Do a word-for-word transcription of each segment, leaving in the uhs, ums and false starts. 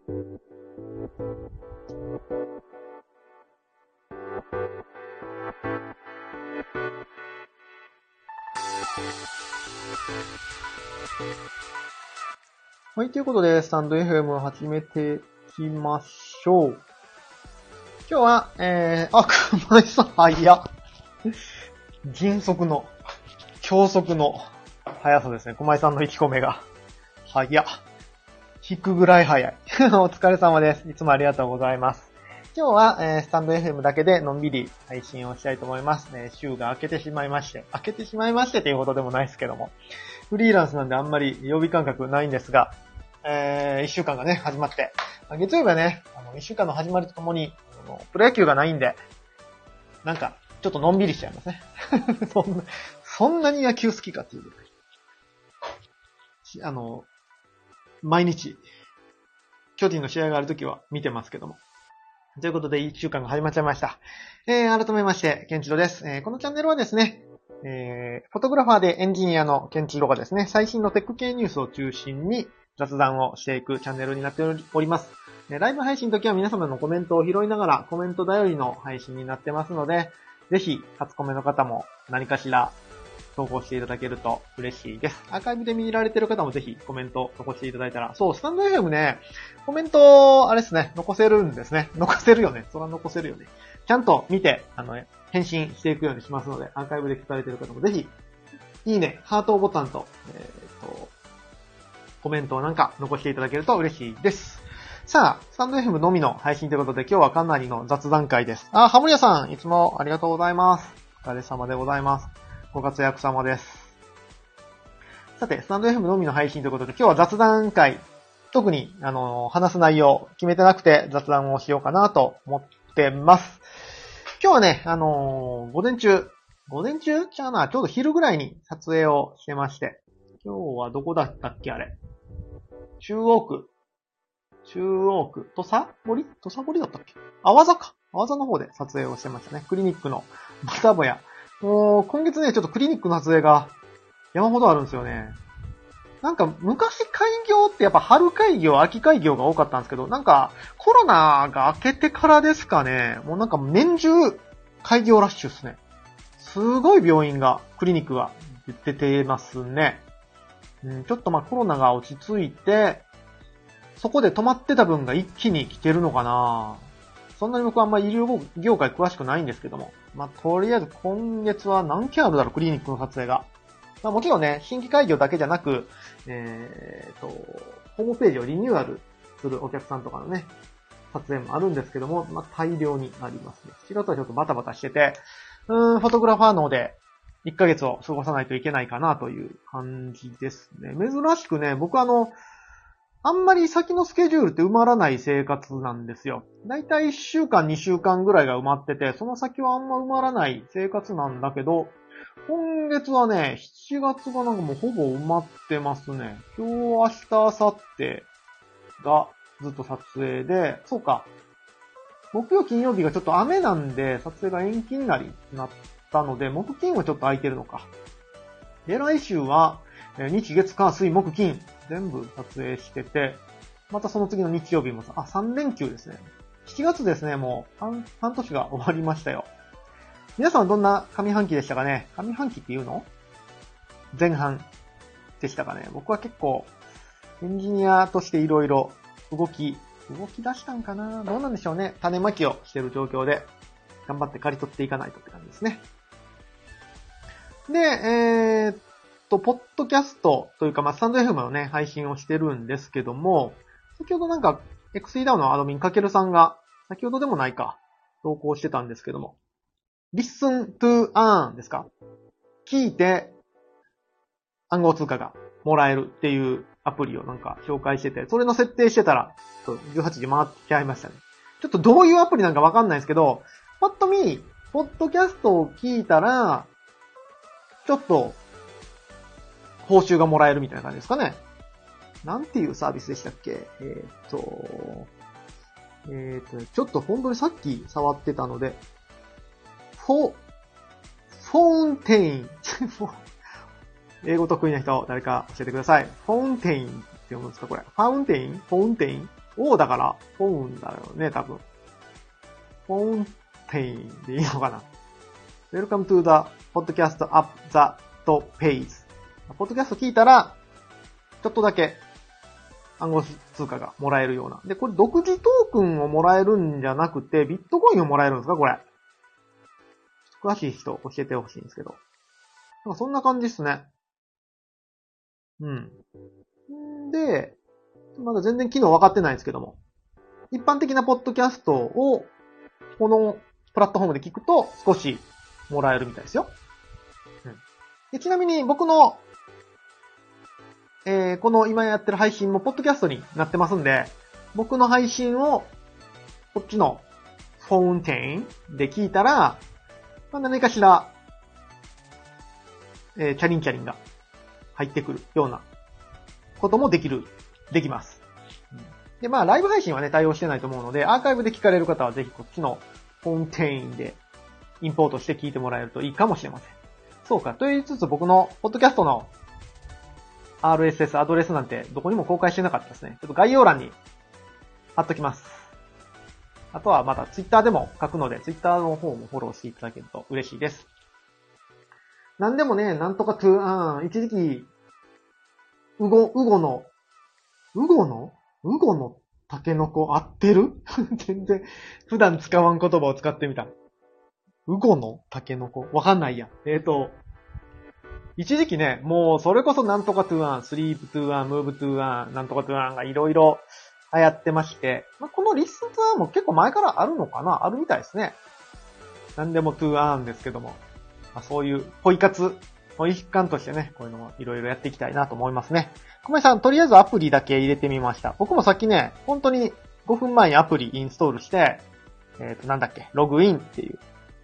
はい、ということで、スタンド エフエム を始めていきましょう。今日は、えー、あ、熊井さん、早っ。迅速の、超速の速さですね。熊井さんの意気込めが。早っ。引くぐらい早い。お疲れ様です。いつもありがとうございます。今日は、えー、スタンド エフエム だけでのんびり配信をしたいと思います。えー、週が明けてしまいまして、明けてしまいましてということでもないですけども、フリーランスなんであんまり曜日感覚ないんですが、えー、一週間がね、始まって、月曜日はね、あの、一週間の始まりとともに、あのプロ野球がないんで、なんか、ちょっとのんびりしちゃいますね。そんな、そんなに野球好きかっていうぐらい。あの、毎日、巨人の試合があるときは見てますけども。ということで、一週間が始まっちゃいました。えー、改めまして、ケンチロです。えー、このチャンネルはですね、えー、フォトグラファーでエンジニアのケンチロがですね、最新のテック系ニュースを中心に雑談をしていくチャンネルになっております。ライブ配信の時は皆様のコメントを拾いながらコメント頼りの配信になってますので、ぜひ、初コメの方も何かしら投稿していただけると嬉しいです。アーカイブで見られてる方もぜひコメント残していただいたら、そう、スタンド エフエム ね、コメント、あれですね、残せるんですね。残せるよね。そら残せるよね。ちゃんと見て、あの、返信していくようにしますので、アーカイブで聞かれてる方もぜひ、いいね、ハートボタンと、えっと、コメントなんか残していただけると嬉しいです。さあ、スタンド エフエム のみの配信ということで、今日はかなりの雑談会です。あ、ハムリアさん、いつもありがとうございます。お疲れ様でございます。ご活躍様です。さて、スタンド エフエム のみの配信ということで、今日は雑談会、特に、あの、話す内容決めてなくて雑談をしようかなと思ってます。今日はね、あのー、午前中、午前中ちゃうな、ちょうど昼ぐらいに撮影をしてまして、今日はどこだったっけあれ。中央区。中央区。土佐堀土佐堀だったっけあわざか。あわざの方で撮影をしてましたね。クリニックのまたぼや。もう、今月ね、ちょっとクリニックの撮影が山ほどあるんですよね。なんか、昔開業ってやっぱ春開業、秋開業が多かったんですけど、なんか、コロナが明けてからですかね、もうなんか年中開業ラッシュですね。すごい病院が、クリニックが出てますね。うん、ちょっとまあコロナが落ち着いて、そこで止まってた分が一気に来てるのかな。そんなに僕はあんまり医療業界詳しくないんですけども。まあ、とりあえず今月は何件あるだろう、クリニックの撮影が。まあ、もちろんね、新規開業だけじゃなく、えーと、ホームページをリニューアルするお客さんとかのね、撮影もあるんですけども、まあ、大量にありますね。しちがつはちょっとバタバタしてて、うーん、フォトグラファーので、いっかげつを過ごさないといけないかなという感じですね。珍しくね、僕あの、あんまり先のスケジュールって埋まらない生活なんですよ。だいたいいっしゅうかん、にしゅうかんぐらいが埋まってて、その先はあんま埋まらない生活なんだけど、今月はね、しちがつがなんかもうほぼ埋まってますね。今日、明日、明後日がずっと撮影で、そうか。木曜、金曜日がちょっと雨なんで、撮影が延期になり、なったので、木金はちょっと空いてるのか。で、来週は、日月火水木金、全部撮影してて、またその次の日曜日もさ、あ、さん連休ですね。しちがつですね、もう半、半年が終わりましたよ。皆さんはどんな上半期でしたかね？上半期っていうの？前半でしたかね？僕は結構、エンジニアとしていろいろ動き、動き出したんかな？どうなんでしょうね。種まきをしている状況で、頑張って刈り取っていかないとって感じですね。で、えーっと、ポッドキャストというか、まあ、スタンド エフエム のね、配信をしてるんですけども、先ほどなんか、エックスイーダウン のアドミンかけるさんが、先ほどでもないか、投稿してたんですけども、listen to earn ですか？聞いて、暗号通貨がもらえるっていうアプリをなんか紹介してて、それの設定してたら、じゅうはちじ回ってきちゃいましたね。ちょっとどういうアプリなんかわかんないですけど、パッと見、ポッドキャストを聞いたら、ちょっと、報酬がもらえるみたいな感じですかね。なんていうサービスでしたっけ？えー、っと、えー、っと、ちょっと本当にさっき触ってたので、フォ、フォンテイン。英語得意な人、誰か教えてください。フォンテインって読むんですかこれ。ファウンテイン？フォンテイン？ O だから、フォンだよね、多分。フォンテインでいいのかな。Welcome to the podcast up the page. ポッドキャスト聞いたら、ちょっとだけ暗号通貨がもらえるような。で、これ独自トークンをもらえるんじゃなくて、ビットコインをもらえるんですかこれ。詳しい人教えてほしいんですけど。なんかそんな感じっすね。うん。で、まだ全然機能分かってないんですけども。一般的なポッドキャストを、このプラットフォームで聞くと少しもらえるみたいですよ。うん、でちなみに僕の、えー、この今やってる配信もポッドキャストになってますんで、僕の配信をこっちのフォンテインで聞いたら、まあ、何かしら、えー、チャリンチャリンが入ってくるようなこともできる、できます。で、まあ、ライブ配信はね、対応してないと思うので、アーカイブで聞かれる方はぜひこっちのフォンテインでインポートして聞いてもらえるといいかもしれません。そうか。と言いつつ僕のポッドキャストの アールエスエス アドレスなんてどこにも公開してなかったですね。ちょっと概要欄に貼っときます。あとはまたツイッターでも書くので、ツイッターの方もフォローしていただけると嬉しいです。なんでもね、なんとかトゥーアン、一時期、うご、うごの、うごのうごのタケノコ合ってる全然、普段使わん言葉を使ってみた。うごのタケノコわかんないや。えっ、ー、と、一時期ね、もうそれこそなんとかトゥーアン、スリープトゥーアン、ムーブトゥーアン、なんとかトゥーアンがいろいろ流行ってまして、まあ、このリストトゥーアンも結構前からあるのかなあるみたいですね。なんでもトゥーアンですけども。まあ、そういうポイ活の一環としてね、こういうのもいろいろやっていきたいなと思いますね。小林さん、とりあえずアプリだけ入れてみました。僕もさっきね、本当にごふんまえにアプリインストールして、えっと、なんだっけ、ログインっていう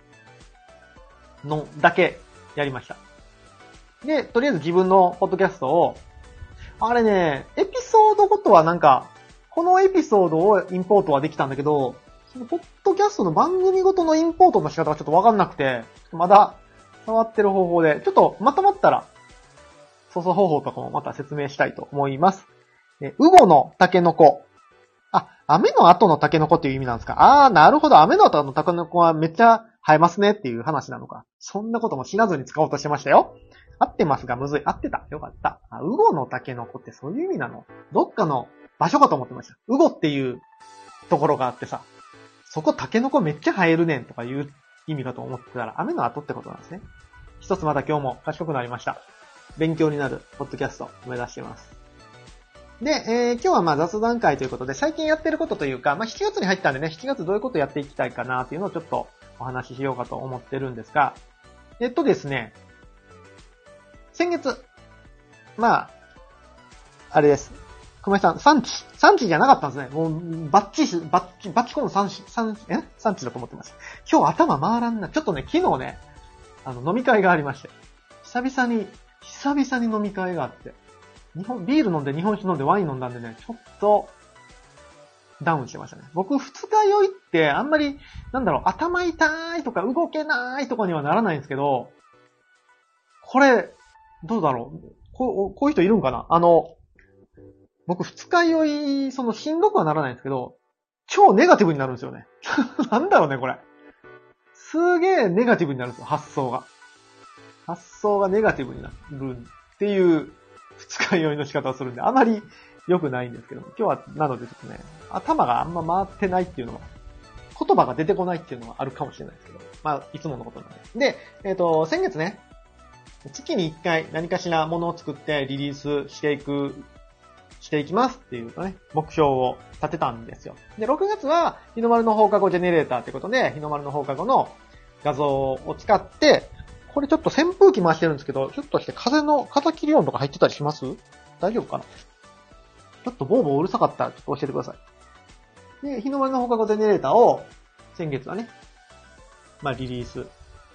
のだけやりました。で、とりあえず自分のポッドキャストを、あれね、エピソードごとはなんか、このエピソードをインポートはできたんだけど、そのポッドキャストの番組ごとのインポートの仕方がちょっとわかんなくて、まだ触ってる方法で、ちょっとまとまったら、操作方法とかもまた説明したいと思います。え、ウゴのタケノコ。あ、雨の後のタケノコっていう意味なんですか？あー、なるほど。雨の後のタケノコはめっちゃ生えますねっていう話なのか。そんなことも知らずに使おうとしてましたよ。合ってますが、むずい。合ってた。よかった。あ、ウゴのタケノコってそういう意味なの？どっかの場所かと思ってました。ウゴっていうところがあってさ、そこタケノコめっちゃ生えるねんとかいう意味かと思ってたら、雨の後ってことなんですね。一つまた今日も賢くなりました。勉強になるポッドキャストを目指しています。で、えー、今日はまあ雑談会ということで、最近やってることというか、まあしちがつに入ったんでね、しちがつどういうことやっていきたいかなっていうのをちょっとお話ししようかと思ってるんですが、えっとですね、先月、まあ、あれです。熊井さん、産地、産地じゃなかったんですね。もう、バッチシ、バッチ、バッチコン産地、産地、え産地だと思ってました。今日頭回らんな。ちょっとね、昨日ね、あの、飲み会がありまして。久々に、久々に飲み会があって。日本、ビール飲んで日本酒飲んでワイン飲んだんでね、ちょっと、ダウンしてましたね。僕、二日酔いって、あんまり、なんだろう、頭痛いとか動けないとかにはならないんですけど、これ、どうだろうこう、こういう人いるんかなあの、僕、二日酔い、その、しんどくはならないんですけど、超ネガティブになるんですよね。なんだろうね、これ。すげえネガティブになるんですよ、発想が。発想がネガティブになるっていう二日酔いの仕方をするんで、あまり良くないんですけど、今日はなのでちょっとね、頭があんま回ってないっていうのは、言葉が出てこないっていうのはあるかもしれないですけど、まあ、いつものことなんで。で、えっと、先月ね、月に一回何かしらものを作ってリリースしていく、していきますっていうね、目標を立てたんですよ。で、ろくがつは日の丸の放課後ジェネレーターってことで、日の丸の放課後の画像を使って、これちょっと扇風機回してるんですけど、ひょっとして風の風切り音とか入ってたりします？大丈夫かな？ちょっとボーボーうるさかったらちょっと教えてください。で、日の丸の放課後ジェネレーターを先月はね、まあリリース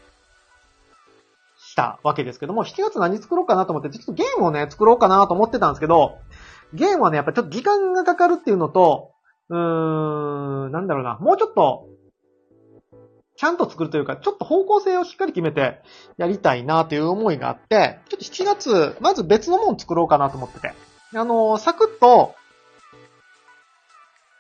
したわけですけども、しちがつ何作ろうかなと思って、ちょっとゲームをね、作ろうかなと思ってたんですけど、ゲームはね、やっぱりちょっと時間がかかるっていうのと、うーん、なんだろうな、もうちょっと、ちゃんと作るというか、ちょっと方向性をしっかり決めてやりたいなという思いがあって、ちょっとしちがつ、まず別のもの作ろうかなと思ってて。あの、サクッと、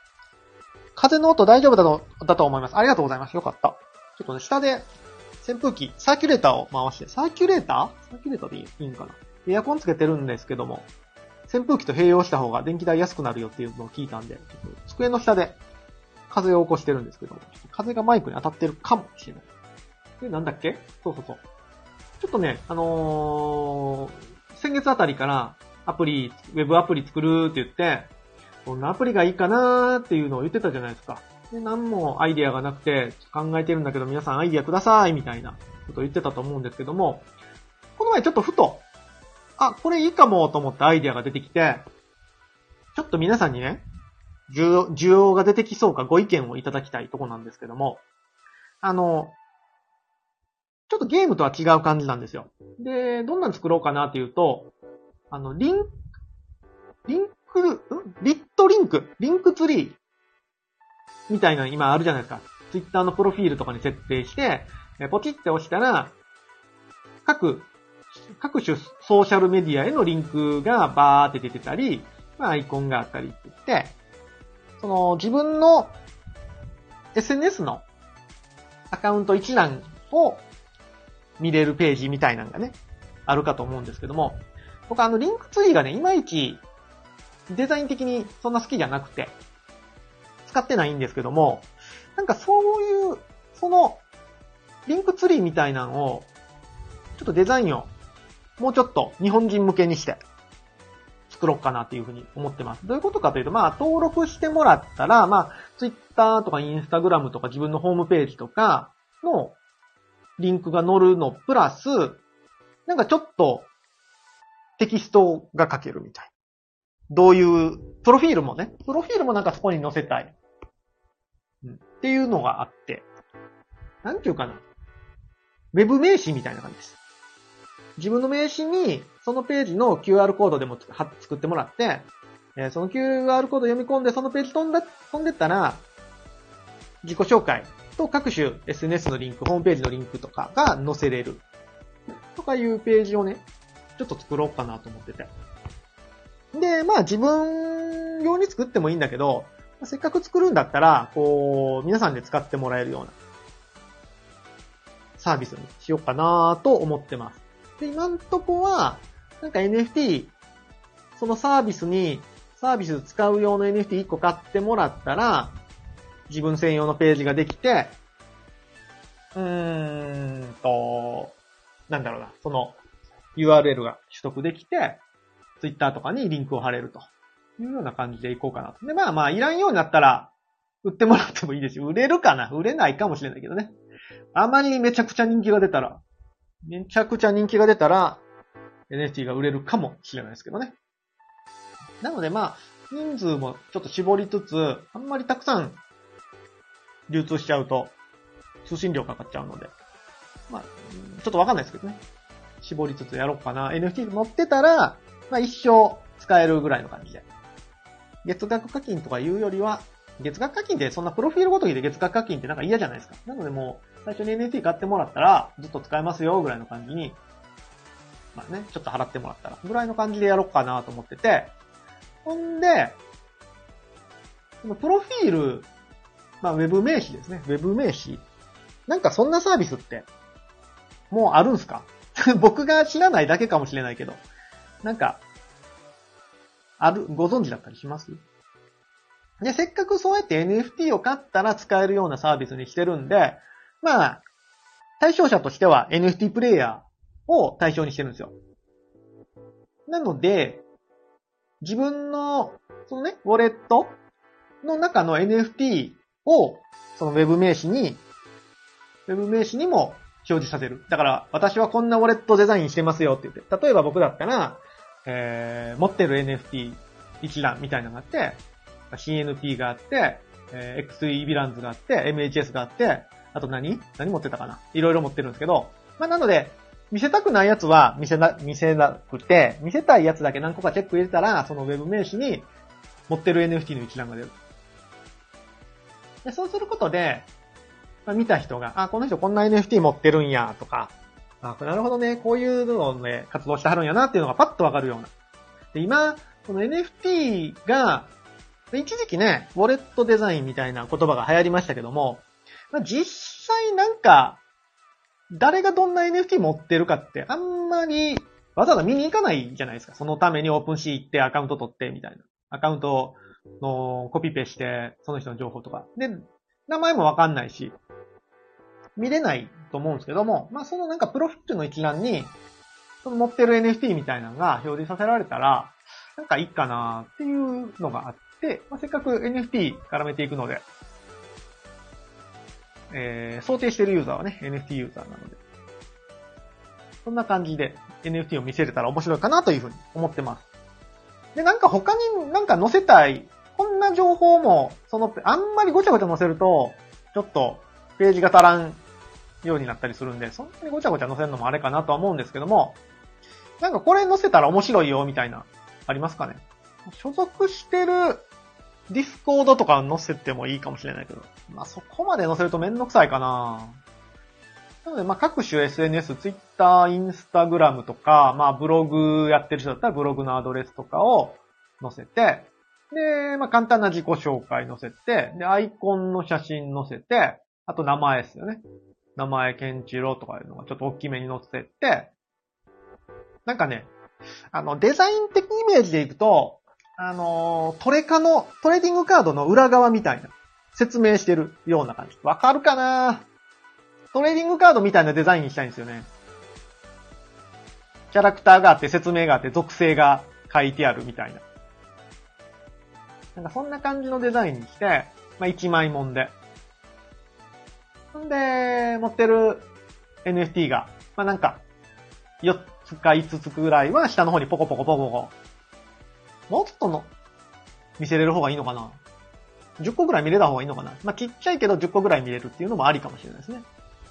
風の音大丈夫だと、だと思います。ありがとうございます。よかった。ちょっとね、下で扇風機、サーキュレーターを回して、サーキュレーターサーキュレーターでいい、いいんかな。エアコンつけてるんですけども、扇風機と併用した方が電気代安くなるよっていうのを聞いたんで、ちょっと机の下で風を起こしてるんですけども、風がマイクに当たってるかもしれない。で、なんだっけそうそうそう。ちょっとね、あのー、先月あたりからアプリ、ウェブアプリ作るって言って、こんなアプリがいいかなーっていうのを言ってたじゃないですか。で、何もアイディアがなくて考えてるんだけど皆さんアイディアくださいみたいなことを言ってたと思うんですけども、この前ちょっとふと、あ、これいいかもと思ったアイディアが出てきて、ちょっと皆さんにね、需要、需要が出てきそうかご意見をいただきたいとこなんですけども、あの、ちょっとゲームとは違う感じなんですよ。で、どんなの作ろうかなっていうと、あの、リン、リンク、んリットリンク、リンクツリーみたいなの今あるじゃないですか。ツイッターのプロフィールとかに設定して、ポチって押したら、各、各種ソーシャルメディアへのリンクがバーって出てたり、まあ、アイコンがあったりって言って、その自分の エスエヌエス のアカウント一覧を見れるページみたいなのがね、あるかと思うんですけども、僕あのリンクツリーがね、いまいちデザイン的にそんな好きじゃなくて、使ってないんですけども、なんかそういう、そのリンクツリーみたいなのを、ちょっとデザインをもうちょっと日本人向けにして作ろうかなっていうふうに思ってます。どういうことかというと、まあ登録してもらったら、まあ Twitter とか Instagram とか自分のホームページとかのリンクが載るのプラス、なんかちょっとテキストが書けるみたい。どういう、プロフィールもね、プロフィールもなんかそこに載せたい。うん、っていうのがあって、なんていうかな。ウェブ名刺みたいな感じです。自分の名刺に、そのページの キューアール コードでも作ってもらって、えー、その キューアール コード読み込んで、そのページ飛んだ、飛んでったら、自己紹介と各種 エスエヌエス のリンク、ホームページのリンクとかが載せれる。とかいうページをね、ちょっと作ろうかなと思ってて。で、まあ自分用に作ってもいいんだけど、せっかく作るんだったら、こう、皆さんで使ってもらえるようなサービスにしようかなと思ってます。で、今んとこは、なんか エヌエフティー、そのサービスに、サービス使う用の エヌエフティーいっこ買ってもらったら、自分専用のページができて、うーんと、なんだろうな、その ユーアールエル が取得できて、Twitter とかにリンクを貼れるというような感じでいこうかなと。で、まあまあ、いらんようになったら、売ってもらってもいいですし、売れるかな売れないかもしれないけどね。あまりめちゃくちゃ人気が出たら、めちゃくちゃ人気が出たら、エヌエフティー が売れるかもしれないですけどね。なのでまあ、人数もちょっと絞りつつ、あんまりたくさん流通しちゃうと、通信料かかっちゃうので、まあ、ちょっとわかんないですけどね。絞りつつやろうかな。エヌエフティー 持ってたら、まあ一生使えるぐらいの感じで。月額課金とかいうよりは、月額課金ってそんなプロフィールごときで月額課金ってなんか嫌じゃないですか。なのでもう、最初に エヌエフティー 買ってもらったら、ずっと使えますよぐらいの感じに、まあね、ちょっと払ってもらったら、ぐらいの感じでやろうかなと思ってて、ほんで、このプロフィール、まあウェブ名刺ですね。ウェブ名刺。なんかそんなサービスって、もうあるんすか僕が知らないだけかもしれないけど、なんか、ある、ご存知だったりします？で、せっかくそうやって エヌエフティー を買ったら使えるようなサービスにしてるんで、まあ、対象者としては エヌエフティー プレイヤーを対象にしてるんですよ。なので、自分の、そのね、ウォレットの中の エヌエフティー を、そのウェブ名刺に、ウェブ名刺にも表示させる。だから、私はこんなウォレットデザインしてますよって言って、例えば僕だったら、えー、持ってる エヌエフティー 一覧みたいなのがあって、シーエヌピー があって、えー、エックスイー ヴィランズがあって、エムエイチエス があって、あと何何持ってたかないろいろ持ってるんですけど、まあ、なので、見せたくないやつは見せな、見せなくて、見せたいやつだけ何個かチェック入れたら、そのウェブ名刺に持ってる エヌエフティー の一覧が出る。で、そうすることで、まあ、見た人が、あ、この人こんな エヌエフティー 持ってるんや、とか、あ、なるほどね、こういうのをね、活動してはるんやなっていうのがパッとわかるような。で、今、この エヌエフティー がで一時期ね、ウォレットデザインみたいな言葉が流行りましたけども、まあ、実際なんか、誰がどんな エヌエフティー 持ってるかってあんまりわざわざ見に行かないじゃないですか。そのためにオープンシー行ってアカウント取ってみたいな。アカウントのコピペして、その人の情報とか。で、名前もわかんないし、見れないと思うんですけども、まあそのなんかプロフィールの一覧に、その持ってる エヌエフティー みたいなのが表示させられたら、なんかいいかなっていうのがあって、まあ、せっかく エヌエフティー 絡めていくので、えー、想定しているユーザーはね、エヌエフティー ユーザーなので、そんな感じで エヌエフティー を見せれたら面白いかなというふうに思ってます。で、なんか他になんか載せたい、こんな情報も、その、あんまりごちゃごちゃ載せると、ちょっとページが足らんようになったりするんで、そんなにごちゃごちゃ載せるのもあれかなとは思うんですけども、なんかこれ載せたら面白いよ、みたいな、ありますかね。所属してるディスコードとか載せてもいいかもしれないけど、まあそこまで載せるとめんどくさいかな。なので、まあ各種 エスエヌエス、Twitter、Instagram とか、まあブログやってる人だったらブログのアドレスとかを載せて、で、まあ簡単な自己紹介載せて、で、アイコンの写真載せて、あと名前ですよね。名前、ケンチロとかいうのがちょっと大きめに載せて、なんかね、あの、デザイン的イメージでいくと、あの、トレカの、トレーディングカードの裏側みたいな、説明してるような感じ。わかるかな？トレーディングカードみたいなデザインにしたいんですよね。キャラクターがあって、説明があって、属性が書いてあるみたいな。なんかそんな感じのデザインにして、まあ、いちまいもんで。んで、持ってる エヌエフティー が、まあ、なんか、よっつかいつつぐらいは下の方にポコポコポコポコ。もうちょっとの、見せれる方がいいのかな？ じゅっ 個ぐらい見れた方がいいのかな？まあ、ちっちゃいけどじゅっこぐらい見れるっていうのもありかもしれないですね。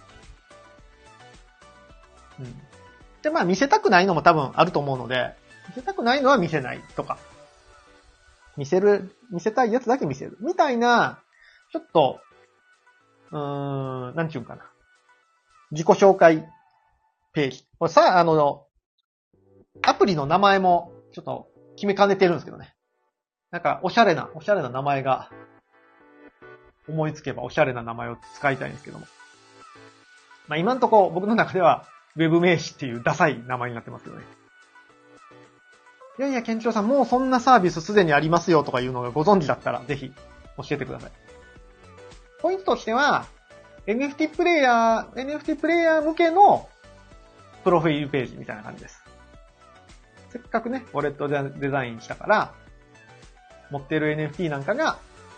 うん。で、まあ、見せたくないのも多分あると思うので、見せたくないのは見せないとか。見せる、見せたいやつだけ見せる。みたいな、ちょっと、うーん、なんちゅうんかな。自己紹介ページ。これさ、あの、アプリの名前もちょっと決めかねてるんですけどね。なんか、おしゃれな、おしゃれな名前が、思いつけばおしゃれな名前を使いたいんですけども。まあ今んとこ僕の中では、ウェブ名詞っていうダサい名前になってますけどね。いやいや、ケンチロウさん、もうそんなサービスすでにありますよとかいうのがご存知だったら、ぜひ教えてください。ポイントとしては、エヌエフティー プレイヤー、エヌエフティー プレイヤー向けのプロフィールページみたいな感じです。せっかくね、ウォレットでデザインしたから、持ってる エヌエフティー なんかが、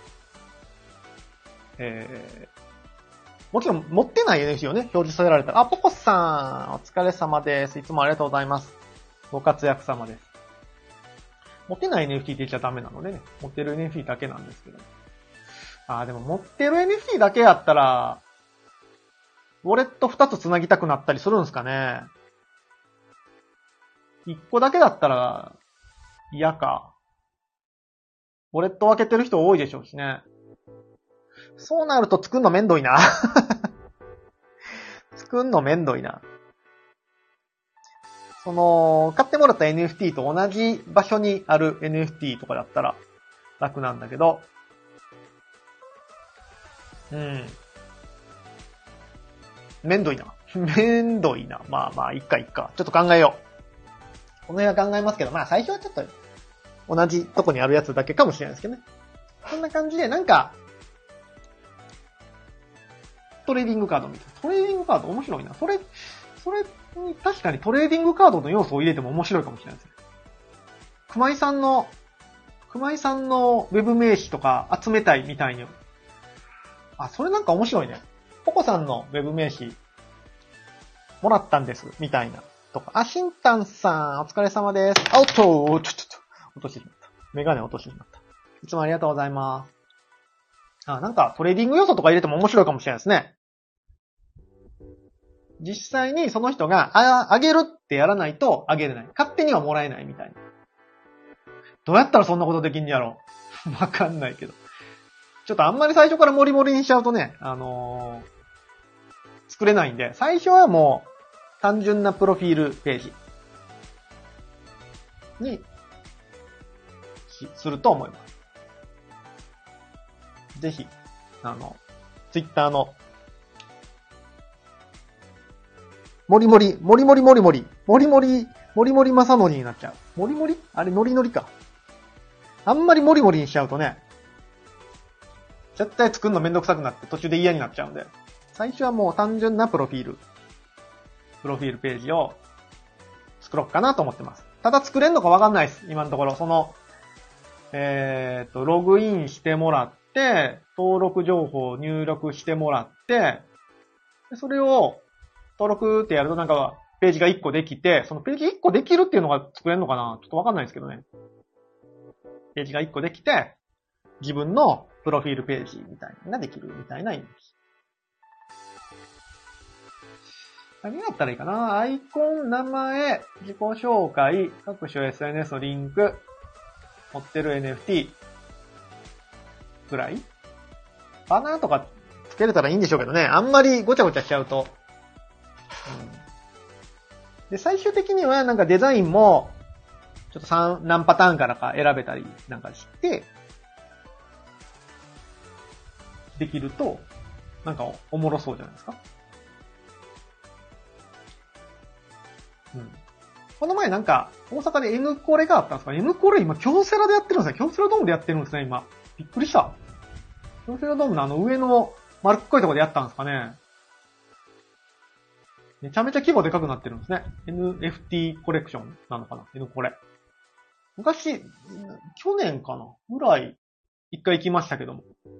えー、もちろん持ってない エヌエフティー をね、表示させられたら、あ、ポコさん、お疲れ様です。いつもありがとうございます。ご活躍様です。持ってない エヌエフティー って言っちゃダメなのでね、持ってる エヌエフティー だけなんですけど。あー、でも持ってる エヌエフティー だけやったら、ウォレットふたつ繋ぎたくなったりするんですかね。いっこだけだったら、嫌か。ウォレット分けてる人多いでしょうしね。そうなると作んのめんどいな。作んのめんどいな。その、買ってもらった エヌエフティー と同じ場所にある エヌエフティー とかだったら楽なんだけど、うん。めんどいな。めんどいな。まあまあ、いっかいっか。ちょっと考えよう。この辺は考えますけど、まあ最初はちょっと同じとこにあるやつだけかもしれないですけどね。こんな感じで、なんか、トレーディングカードみたいな。トレーディングカード面白いな。それ、それに確かにトレーディングカードの要素を入れても面白いかもしれないですね。熊井さんの、熊井さんのウェブ名詞とか集めたいみたいに。あ、それなんか面白いね。ポコさんのウェブ名詞、もらったんです。みたいな。とか。あ、シンタンさん、お疲れ様です。あ、おっと、ちょ、ちょ、ちょ、落としてしまった。メガネ落としてしまった。いつもありがとうございます。あ、なんかトレーディング要素とか入れても面白いかもしれないですね。実際にその人が、あ、あげるってやらないとあげれない。勝手にはもらえないみたいな。どうやったらそんなことできんやろうわかんないけど。ちょっとあんまり最初からモリモリにしちゃうとね、あのー、作れないんで、最初はもう単純なプロフィールページにすると思います。 ぜひ、あの、ツイッターの、もりもり、もりもりもりもり、もりもり、もりもりまさのりになっちゃう。もりもりあれ、のりのりか。あんまりもりもりにしちゃうとね、絶対作るのめんどくさくなって途中で嫌になっちゃうんで、最初はもう単純なプロフィール、プロフィールページを作ろうかなと思ってます。ただ作れんのかわかんないです。今のところ。その、えーと、ログインしてもらって、登録情報を入力してもらって、それを登録ってやるとなんかページがいっこできて、そのページいっこできるっていうのが作れんのかなちょっとわかんないですけどね。ページがいっこできて、自分のプロフィールページみたいなのができるみたいな意味です。何があったらいいかな。アイコン、名前、自己紹介、各種 エスエヌエス のリンク、持ってる エヌエフティー ぐらいバナーとかつけれたらいいんでしょうけどね。あんまりごちゃごちゃしちゃうと。うん、で、最終的にはなんかデザインも、ちょっとさん、何パターンからか選べたりなんかして、できると、なんかおもろそうじゃないですか。うん。この前なんか、大阪で N コレがあったんですか？ N コレ今、京セラでやってるんですね。京セラドームでやってるんですね、今。びっくりした。京セラドームのあの上の丸っこいところでやったんですかね。めちゃめちゃ規模でかくなってるんですね。エヌエフティー コレクションなのかな？ N コレ。昔、去年かなぐらい、一回行きましたけども。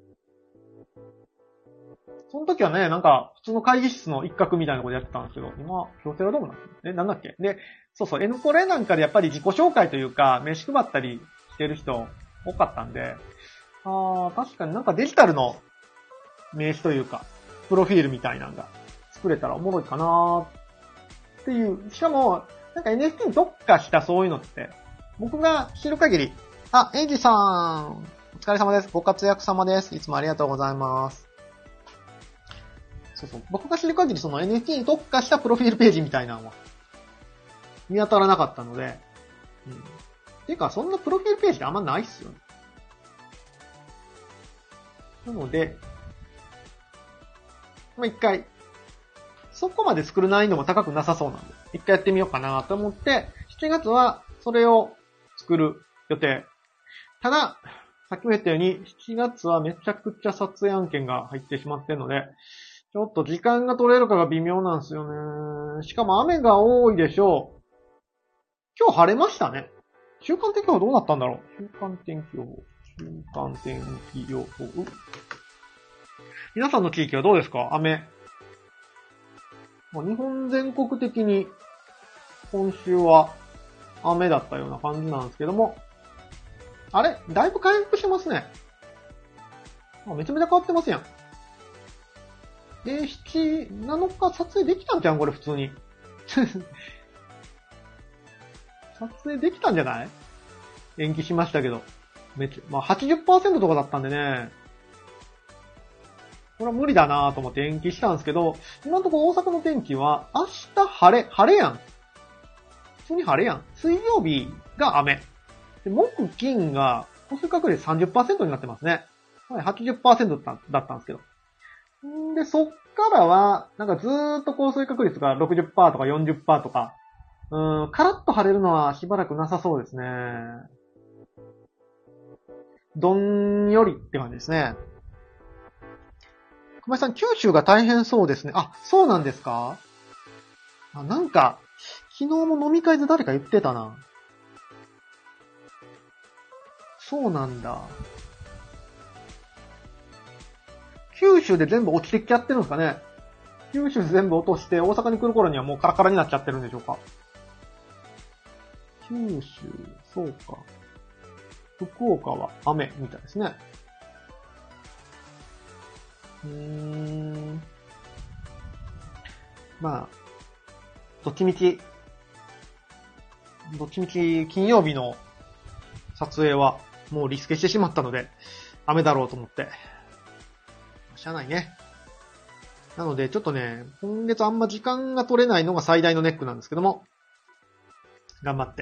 その時はね、なんか、普通の会議室の一角みたいなところでやってたんですけど、今、京セラドームなんですね。え、なんだっけ？で、そうそう、N コレなんかでやっぱり自己紹介というか、名刺配ったりしてる人多かったんで、あー、確かになんかデジタルの名刺というか、プロフィールみたいなのが作れたらおもろいかなーっていう。しかも、なんか エヌエフティー に特化したそういうのって、僕が知る限り、あ、エイジさん、お疲れ様です。ご活躍様です。いつもありがとうございます。そうそう。僕が知る限りその エヌエフティー に特化したプロフィールページみたいなのは見当たらなかったので、うん。ていうか、そんなプロフィールページってあんまないっすよね。なので、まあ、一回、そこまで作る難易度も高くなさそうなんで、一回やってみようかなと思って、しちがつはそれを作る予定。ただ、さっきも言ったように、しちがつはめちゃくちゃ撮影案件が入ってしまってるので、ちょっと時間が取れるかが微妙なんですよね。しかも雨が多いでしょう。今日晴れましたね。週間天気予報どうなったんだろう。週間天気予報。週間天気予報。皆さんの地域はどうですか？雨。日本全国的に今週は雨だったような感じなんですけども。あれ？だいぶ回復してますね。めちゃめちゃ変わってますやん。で、しち、なのか撮影できたんじゃんこれ普通に。撮影できたんじゃない？延期しましたけど。めっちゃ、まあ はちじゅっパーセント とかだったんでね。これは無理だなぁと思って延期したんですけど、今のところ大阪の天気は、明日晴れ、晴れやん。普通に晴れやん。水曜日が雨。で、木、金が降水確率 さんじゅっパーセント になってますね。はちじゅっパーセント だっただったんですけど。んで、そっからは、なんかずーっと降水確率が ろくじゅっパーセント とか よんじゅっパーセント とか、うーん、カラッと晴れるのはしばらくなさそうですね。どんよりって感じですね。熊井さん、九州が大変そうですね。あ、そうなんですか？あ、なんか、昨日も飲み会で誰か言ってたな。そうなんだ。九州で全部落ちてきちゃってるんですかね？九州全部落として大阪に来る頃にはもうカラカラになっちゃってるんでしょうか？九州、そうか。福岡は雨みたいですね。うーん。まあ、どっちみち、どっちみち金曜日の撮影はもうリスケしてしまったので、雨だろうと思って。しゃあないね。なので、ちょっとね、今月あんま時間が取れないのが最大のネックなんですけども、頑張って。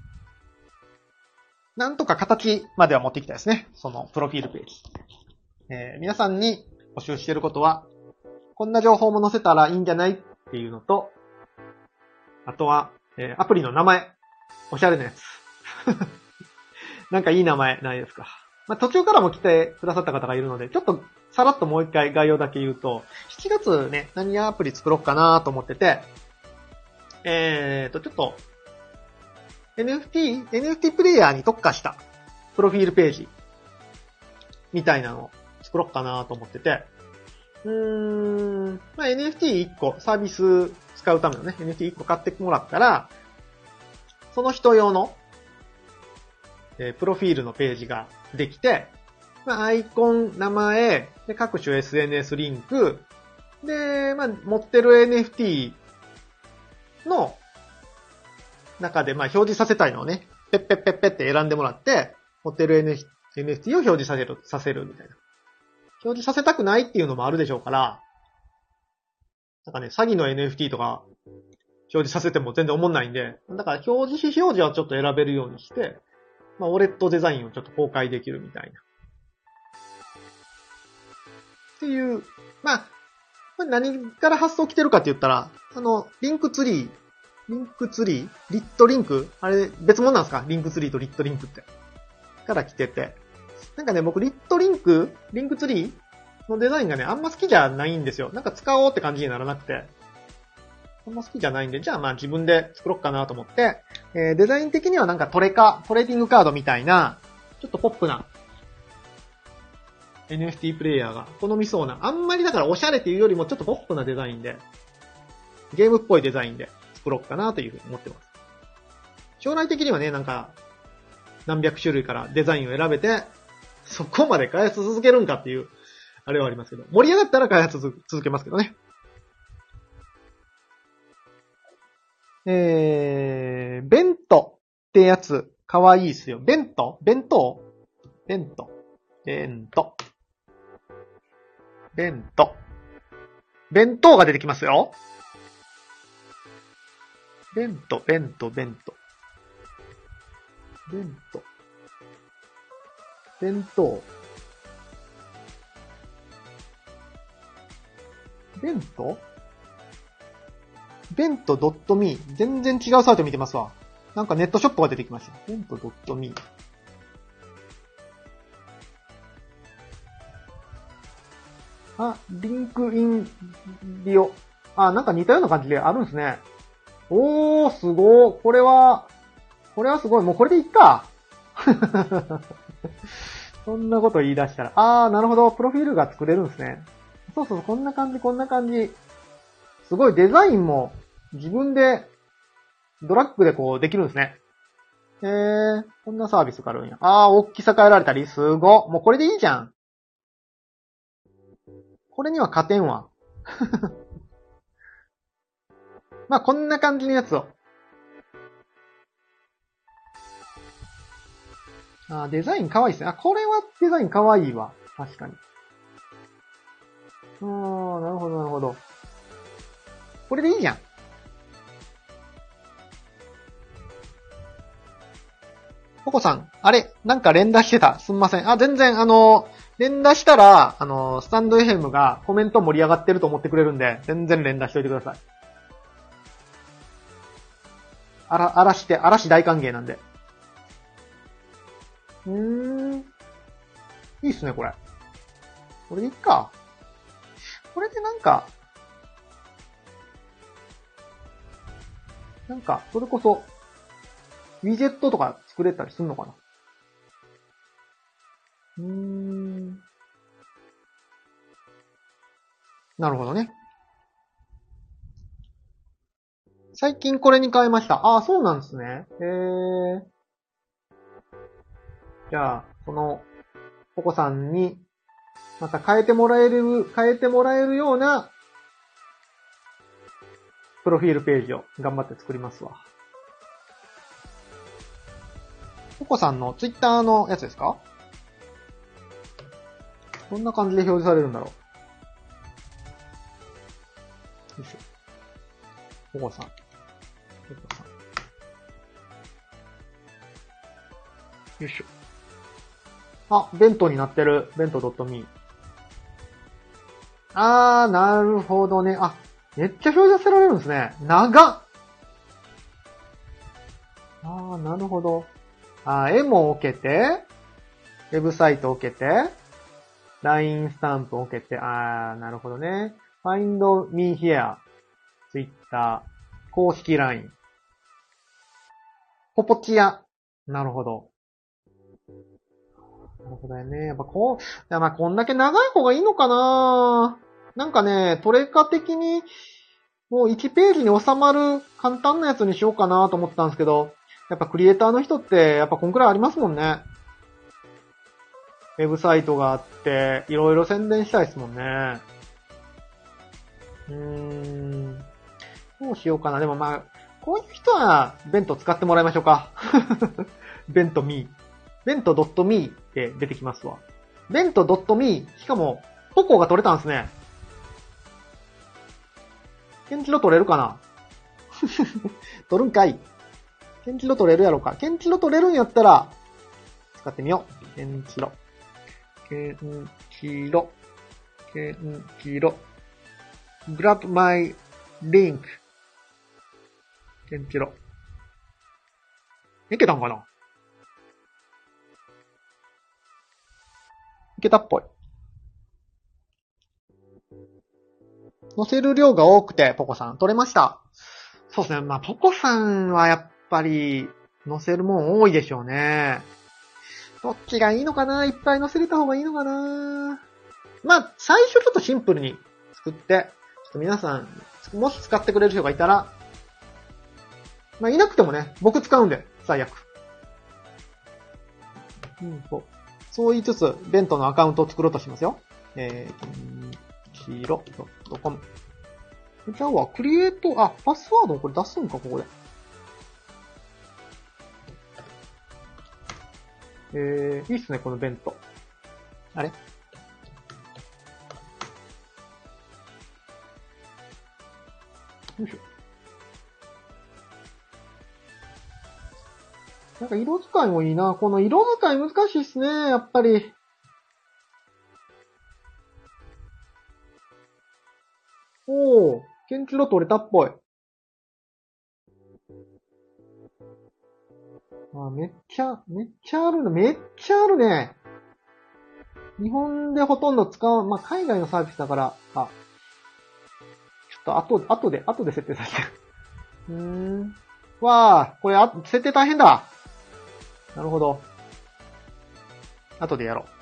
なんとか形までは持っていきたいですね。その、プロフィールページ。 えー、皆さんに募集していることは、こんな情報も載せたらいいんじゃないっていうのと、あとは、えー、アプリの名前。おしゃれなやつ。なんかいい名前ないですか。まあ、途中からも来てくださった方がいるので、ちょっとさらっともう一回概要だけ言うと、しちがつね、何アプリ作ろうかなと思ってて、えーと、ちょっと、エヌエフティー、エヌエフティー プレイヤーに特化した、プロフィールページ、みたいなのを作ろうかなと思ってて、うーん、まあ、エヌエフティーいっこ、サービス使うためのね、エヌエフティーいっこ買ってもらったら、その人用の、えー、プロフィールのページができて、まあ、アイコン、名前、で各種 エスエヌエス リンク、で、まあ、持ってる エヌエフティー の中で、まあ、表示させたいのをね、ペッペッペッペッって選んでもらって、持ってる エヌエフティー を表示させる、させるみたいな。表示させたくないっていうのもあるでしょうから、なんかね、詐欺の エヌエフティー とか、表示させても全然思んないんで、だから表示非表示はちょっと選べるようにして、まあ、ウォレットデザインをちょっと公開できるみたいな。っていう、まあ、これ何から発想来てるかって言ったら、あの、リンクツリー、リンクツリーリットリンクあれ、別物なんですか？リンクツリーとリットリンクって。から来てて。なんかね、僕、リットリンクリンクツリーのデザインがね、あんま好きじゃないんですよ。なんか使おうって感じにならなくて。あんま好きじゃないんで、じゃあまあ自分で作ろうかなと思って、えー、デザイン的にはなんかトレカ、トレーディングカードみたいな、ちょっとポップな エヌエフティー プレイヤーが好みそうな、あんまりだからおしゃれっていうよりもちょっとポップなデザインで、ゲームっぽいデザインで作ろうかなというふうに思ってます。将来的にはね、なんか、何百種類からデザインを選べて、そこまで開発続けるんかっていう、あれはありますけど、盛り上がったら開発続けますけどね。えー、ベントってやつ、かわいいっすよ。ベント弁当ベント。ベント。ベント。弁当が出てきますよ。ベント、ベント、ベント。ベント。弁当。ベントベント .me 全然違うサイト見てますわ。なんかネットショップが出てきました。ベント .me あ、リンクインリオ。あ、なんか似たような感じであるんですね。おー、すごー。これは、これはすごい。もうこれでいっか。そんなこと言い出したら。あー、なるほど。プロフィールが作れるんですね。そうそう、こんな感じ、こんな感じ。すごいデザインも自分でドラッグでこうできるんですね。へー、こんなサービスがあるんや。あー、大きさ変えられたり、すご。もうこれでいいじゃん。これには勝てんわ。まあ、こんな感じのやつを。あー、デザイン可愛いですね。あ、これはデザイン可愛いわ。確かに。あー、なるほど、なるほど。これでいいじゃん。ココさん、あれなんか連打してた。すんません。あ、全然、あの、連打したら、あの、スタンド エフエム がコメント盛り上がってると思ってくれるんで、全然連打しといてください。あら、嵐して、嵐大歓迎なんで。うーん。いいっすね、これ。これでいっか。これでなんか、なんか、それこそ、ウィジェットとか作れたりすんのかな。うーん。なるほどね。最近これに変えました。ああ、そうなんですね。へー。じゃあ、その、ココさんに、また変えてもらえる、変えてもらえるような、プロフィールページを頑張って作りますわ。ココさんのツイッターのやつですか？どんな感じで表示されるんだろう。よいしょ。ココさん。ココさん。よいしょ。あ、ベントになってる。ベント .me。 あー、なるほどね。あ、めっちゃ表示させられるんですね。長っ。あー、なるほど。あー、絵も置けて、ウェブサイト置けて、ライン スタンプ置けて、あー、なるほどね。Find me here。Twitter。公式 ライン。ポポチア。なるほど。なるほどね。やっぱこう、いやまあこんだけ長い方がいいのかな。なんかね、トレカ的に、もういちページに収まる簡単なやつにしようかなと思ったんですけど、やっぱクリエイターの人ってやっぱこんくらいありますもんね。ウェブサイトがあって、いろいろ宣伝したいですもんね。うーん。どうしようかな。でもまあ、こういう人は、ベント使ってもらいましょうか。ベントミー。ベント .me って出てきますわ。ベント .me、しかも、ポコが取れたんですね。ケンチロ取れるかな取るんかい。ケンチロ取れるやろか。ケンチロ取れるんやったら、使ってみよう。ケンチロ。ケンチロ。ケンチロ。grab my link. ケンチロ。いけたんかないけたっぽい。載せる量が多くて、ポコさん、取れました。そうですね。まあ、ポコさんはやっぱり、載せるもん多いでしょうね。どっちがいいのかないっぱい載せれた方がいいのかなまあ、最初ちょっとシンプルに作って、ちょっと皆さん、もし使ってくれる人がいたら、まあ、いなくてもね、僕使うんで、最悪。うんと、そう言いつつ、ベントのアカウントを作ろうとしますよ。えー、キンキロ .com。じゃあ、クリエイト、あ、パスワードこれ出すんか、ここで。えー、いいっすね、このベント。あれよいしょ。なんか色使いもいいな。この色使い難しいっすね、やっぱり。おー、ケンチロ取れたっぽい。あ、めっちゃ、めっちゃあるね。めっちゃあるね。日本でほとんど使う、まあ、海外のサービスだから、あ、ちょっと後、後で、後で設定させて。うーん。わー、これあ、設定大変だ。なるほど。後でやろ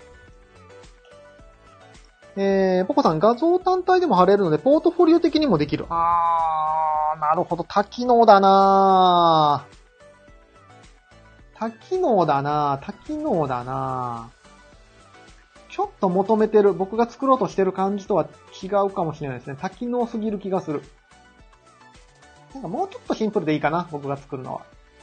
う。えー、ポコさん、画像単体でも貼れるので、ポートフォリオ的にもできる。あー、なるほど。多機能だなー。多機能だなぁ。多機能だなぁ。ちょっと求めてる、僕が作ろうとしてる感じとは違うかもしれないですね。多機能すぎる気がする。なんかもうちょっとシンプルでいいかな、僕が作るのは。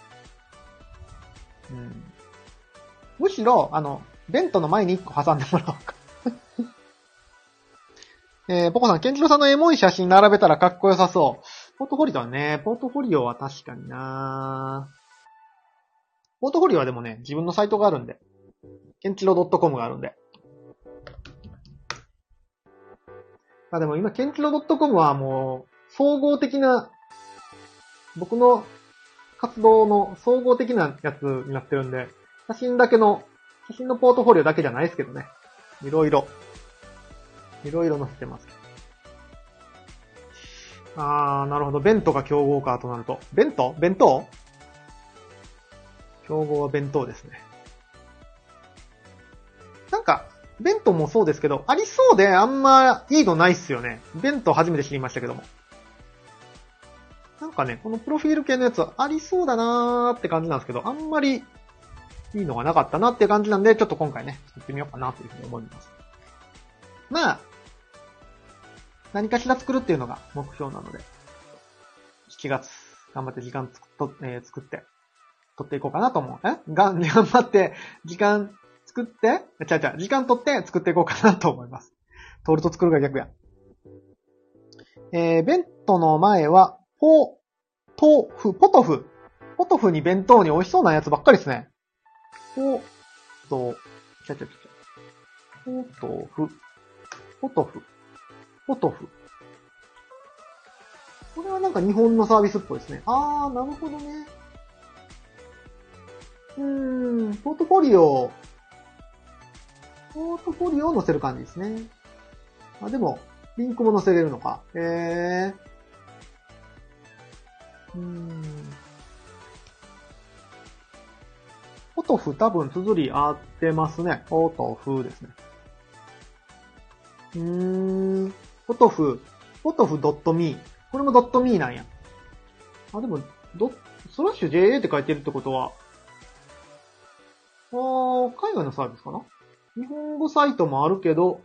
うん。むしろ、あの、ベントの前にいっこ挟んでもらおうか。えー、ポコさん、ケンチロさんのエモい写真並べたらかっこよさそう。ポートフォリオはね、ポートフォリオは確かになポートフォリオはでもね、自分のサイトがあるんで。ケンチロ .com があるんで。まあでも今、ケンチロ .com はもう、総合的な、僕の活動の総合的なやつになってるんで、写真だけの、写真のポートフォリオだけじゃないですけどね。いろいろ、いろいろ載せてます。あー、なるほど。ベントが競合かとなると。ベント弁当競合は弁当ですね。なんか、ベントもそうですけど、ありそうであんまいいのないっすよね。ベント初めて知りましたけども。なんかね、このプロフィール系のやつありそうだなーって感じなんですけど、あんまりいいのがなかったなっていう感じなんで、ちょっと今回ね、作ってみようかなというふうに思います。まあ、何かしら作るっていうのが目標なので、しちがつ、頑張って時間つくと、えー、作って、取っていこうかなと思う。えが、頑張って、時間作って、ちゃうちゃう、時間取って作っていこうかなと思います。取ると作るが逆や。えー、ベントの前は、ポ、トフ、ポトフ。ポトフに弁当に美味しそうなやつばっかりですね。ポ、ト、ちゃちゃちゃちゃ。ポトフ、ポトフ。 ポトフ。これはなんか日本のサービスっぽいですね。あー、なるほどね。うーん、ポートフォリオ、ポートフォリオを載せる感じですね。あ、でも、リンクも載せれるのか。へー。うーん。ポトフ多分綴り合ってますね。ポトフですね。うーん。ポトフ、ポトフ .me。これも .me なんや。あ、でも、ド、スラッシュ ジェーエー って書いてるってことは、あー、海外のサービスかな？日本語サイトもあるけど、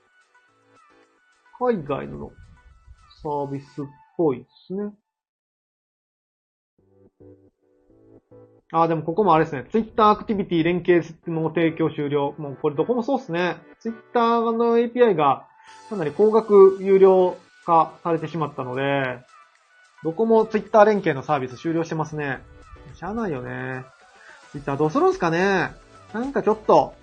海外のサービスっぽいですね。あー、でもここもあれですね。Twitter アクティビティ連携の提供終了。もうこれどこもそうですね。Twitter の エーピーアイ がかなり高額有料化されてしまったので、どこも Twitter 連携のサービス終了してますね。しゃあないよね。Twitter どうするんすかね。なんかちょっと、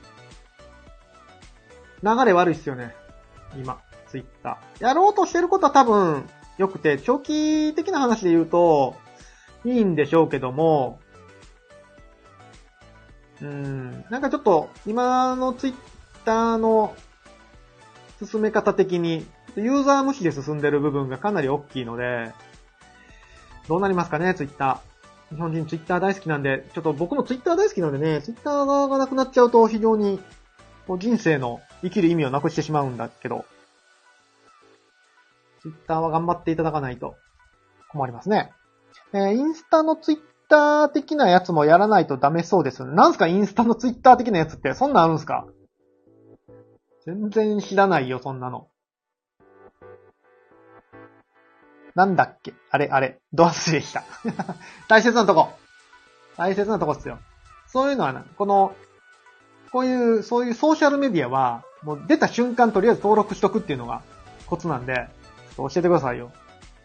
流れ悪いっすよね。今、Twitter。やろうとしてることは多分良くて、長期的な話で言うと、いいんでしょうけども、うーん、なんかちょっと、今の Twitter の進め方的に、ユーザー無視で進んでる部分がかなり大きいので、どうなりますかね、Twitter。日本人 Twitter 大好きなんで、ちょっと僕も Twitter 大好きなんでね、Twitter がなくなっちゃうと非常に人生の生きる意味をなくしてしまうんだけど、Twitter は頑張っていただかないと困りますね。えー、インスタの Twitter 的なやつもやらないとダメそうですよね。なんすかインスタの Twitter 的なやつって、そんなんあるんすか？全然知らないよ、そんなの。なんだっけあれ、あれ。ド忘れした。大切なとこ。大切なとこっすよ。そういうのはな、この、こういう、そういうソーシャルメディアは、もう出た瞬間とりあえず登録しとくっていうのがコツなんで、ちょっと教えてくださいよ。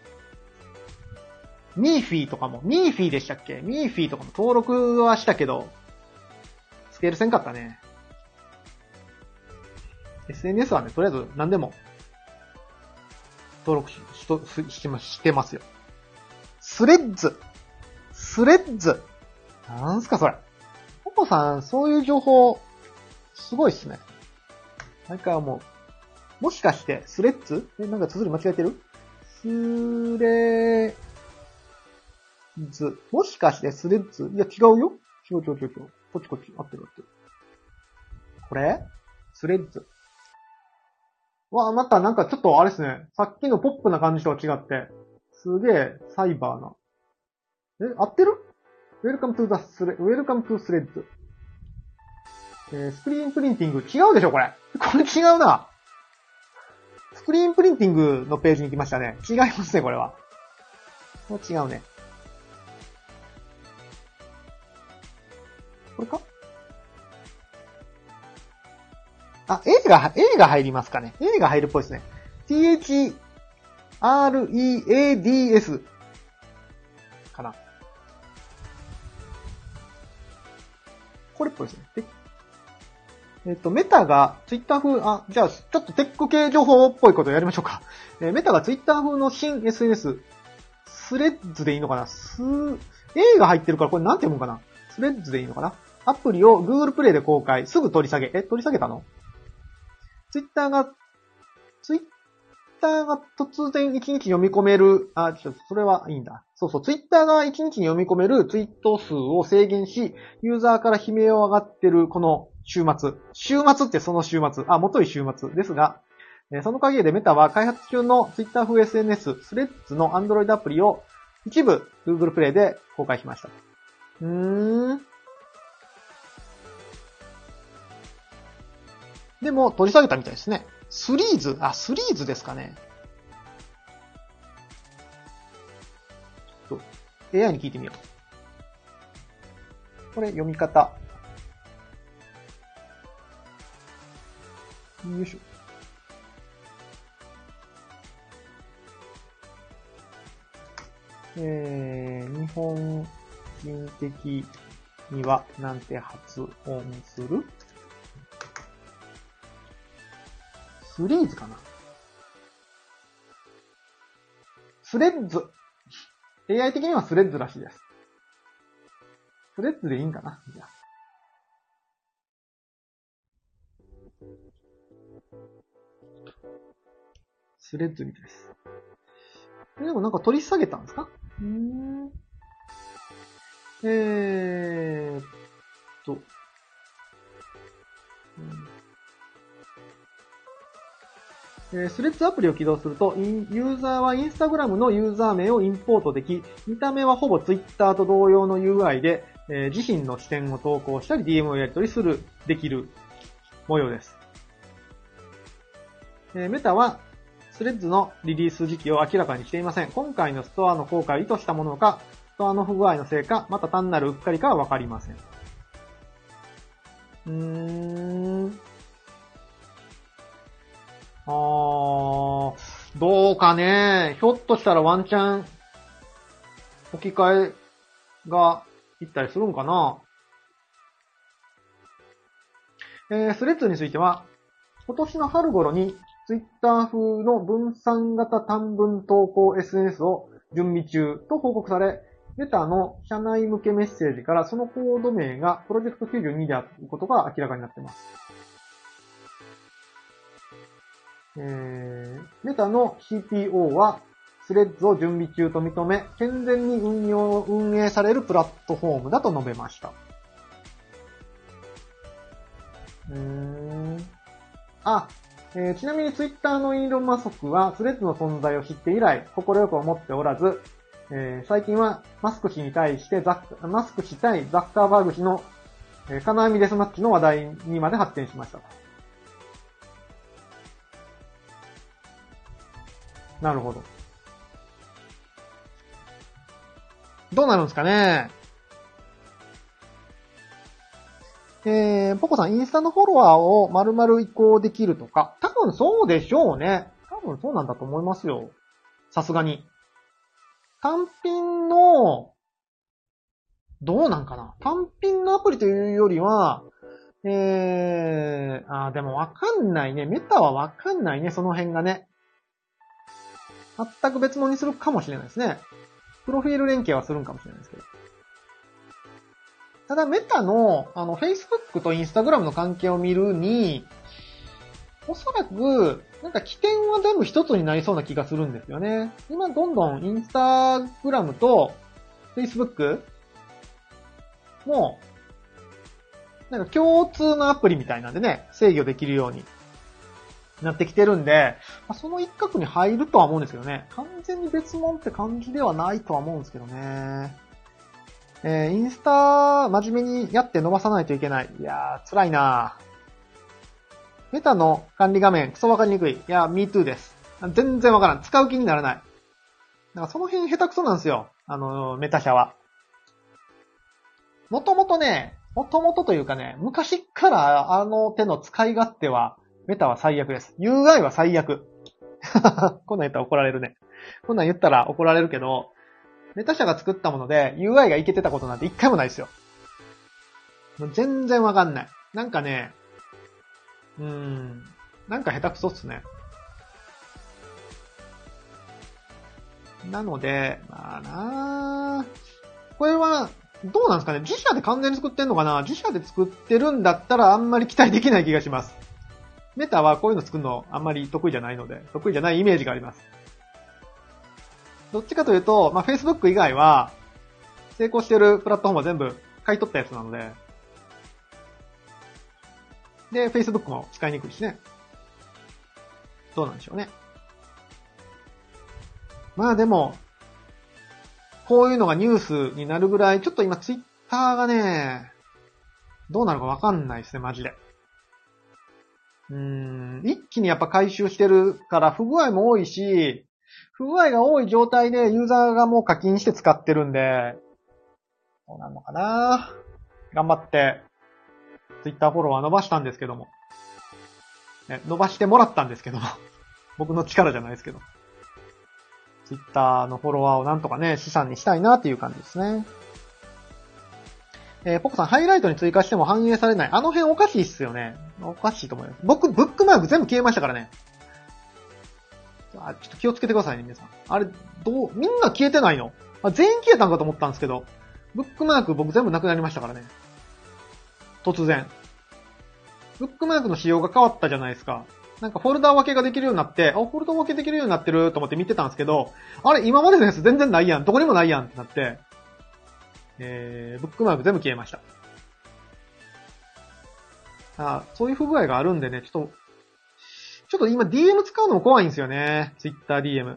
ミーフィーとかも、ミーフィーでしたっけ？ミーフィーとかも登録はしたけど、スケールせんかったね。エスエヌエス はね、とりあえず何でも登録し、しと、し、してます、してますよ。スレッズ。スレッズ。なんすかそれ。ポポさん、そういう情報、すごいっすね。なんかもう、もしかして、スレッズえ、なんか綴り間違えてる？スレッズ。もしかしてスレッズいや、違うよ。違う違う違う違う。こっちこっち。合ってる合ってる。これスレッズ。わ、またなんかちょっとあれですね。さっきのポップな感じとは違って、すげえサイバーな。え、合ってる？ Welcome to the thread, Welcome to threads。えー、スクリーンプリンティング。違うでしょこれ。これ違うな。スクリーンプリンティングのページに来ましたね。違いますね、これは。これ違うね。これか？あ、A が、A が入りますかね。A が入るっぽいですね。ティーエイチアールイーエーディーエス かな。これっぽいですね。えっと、メタがツイッター風、あ、じゃあ、ちょっとテック系情報っぽいことやりましょうか。えー、メタがツイッター風の新 エスエヌエス、スレッズでいいのかなス、A が入ってるからこれなんて読むかなスレッズでいいのかなアプリを Google プレイで公開。すぐ取り下げ。え、取り下げたの？ツイッターが、ツイッターが突然いちにち読み込める、あ、ちょっとそれはいいんだ。そうそう、ツイッターがいちにちに読み込めるツイート数を制限し、ユーザーから悲鳴を上がってるこの週末。週末ってその週末。あ、もとい週末ですが、えー、その限りでメタは開発中の Twitter 風 エスエヌエス、スレッズの Android アプリを一部 Google プレイで公開しました。うーん。でも、取り下げたみたいですね。スリーズあ、スリーズですかね。ちょっと、エーアイ に聞いてみよう。これ、読み方。よいしょ。えー、日本人的には、なんて発音する？スリーズかなスレッズ。エーアイ 的にはスレッズらしいです。スレッズでいいんかなじゃあ。スレッズみたいです。でもなんか取り下げたんですか？うーん。えーっと。うんえー、スレッズアプリを起動すると、ユーザーはインスタグラムのユーザー名をインポートでき、見た目はほぼツイッターと同様の ユーアイ で、えー、自身の視点を投稿したり ディーエム をやり取りする、できる模様です。えー、メタは、スレッズのリリース時期を明らかにしていません。今回のストアの効果を意図したものか、ストアの不具合のせいか、また単なるうっかりかはわかりません。うーん。あー、どうかね。ひょっとしたらワンチャン、置き換えがいったりするんかな。えー、スレッズについては、今年の春頃にツイッター風の分散型単文投稿 エスエヌエス を準備中と報告され、メタの社内向けメッセージからそのコード名がプロジェクトきゅうじゅうにであることが明らかになっています。えー、メタの シーティーオー はスレッズを準備中と認め、健全に運用、運営されるプラットフォームだと述べました。うーん。あ、えー、ちなみにツイッターのイーロン・マスクはスレッズの存在を知って以来、心よく思っておらず、えー、最近はマスク氏に対してザッ、マスク氏対ザッカーバーグ氏の、えー、金網デスマッチの話題にまで発展しました。なるほど。どうなるんですかね。えー、ポコさん、インスタのフォロワーを丸々移行できるとか、多分そうでしょうね。多分そうなんだと思いますよ。さすがに。単品の、どうなんかな。単品のアプリというよりは、えー、あーでもわかんないね。メタはわかんないね、その辺がね。全く別物にするかもしれないですね。プロフィール連携はするんかもしれないですけど。ただメタの、あの、Facebook と Instagram の関係を見るに、おそらく、なんか起点は全部一つになりそうな気がするんですよね。今どんどん Instagram と Facebook も、なんか共通のアプリみたいなんでね、制御できるようになってきてるんで、その一角に入るとは思うんですけどね。完全に別物って感じではないとは思うんですけどね。えー、インスタ、真面目にやって伸ばさないといけない。いやー、辛いなー。メタの管理画面、クソわかりにくい。いやー、me too です。全然わからん。使う気にならない。だからその辺下手くそなんですよ。あのー、メタ社は。もともとね、もともとというかね、昔っからあの手の使い勝手は、メタは最悪です。ユーアイ は最悪。こんなん言ったら怒られるね。こんなん言ったら怒られるけど、メタ社が作ったもので ユーアイ がいけてたことなんて一回もないですよ。もう全然わかんない。なんかね、うーん、なんか下手くそっすね。なので、まあなぁ。これは、どうなんですかね。自社で完全に作ってんのかな。自社で作ってるんだったらあんまり期待できない気がします。メタはこういうの作るのあんまり得意じゃないので、得意じゃないイメージがあります。どっちかというと、まあ、Facebook 以外は、成功してるプラットフォームは全部買い取ったやつなので、で、Facebook も使いにくいしね。どうなんでしょうね。まあでも、こういうのがニュースになるぐらい、ちょっと今 Twitter がね、どうなるかわかんないですね、マジで。うーん、一気にやっぱ回収してるから不具合も多いし、不具合が多い状態でユーザーがもう課金して使ってるんで、どうなるのかな頑張って、Twitter フォロワー伸ばしたんですけども。ね、伸ばしてもらったんですけども。僕の力じゃないですけど。Twitter のフォロワーをなんとかね、資産にしたいなっていう感じですね。えー、ポコさん、ハイライトに追加しても反映されない。あの辺おかしいっすよね。おかしいと思います。僕、ブックマーク全部消えましたからね。 あ、ちょっと気をつけてくださいね、皆さん。あれ、どう、みんな消えてないの？あ、全員消えたんかと思ったんですけど、ブックマーク僕全部なくなりましたからね。突然。ブックマークの仕様が変わったじゃないですか。なんかフォルダ分けができるようになって、あ、フォルダ分けできるようになってると思って見てたんですけど、あれ、今までのやつ全然ないやん。どこにもないやんってなって、えー、ブックマーク全部消えました。あ、そういう不具合があるんでね、ちょっと、ちょっと今 ディーエム 使うのも怖いんですよね。Twitter ディーエム。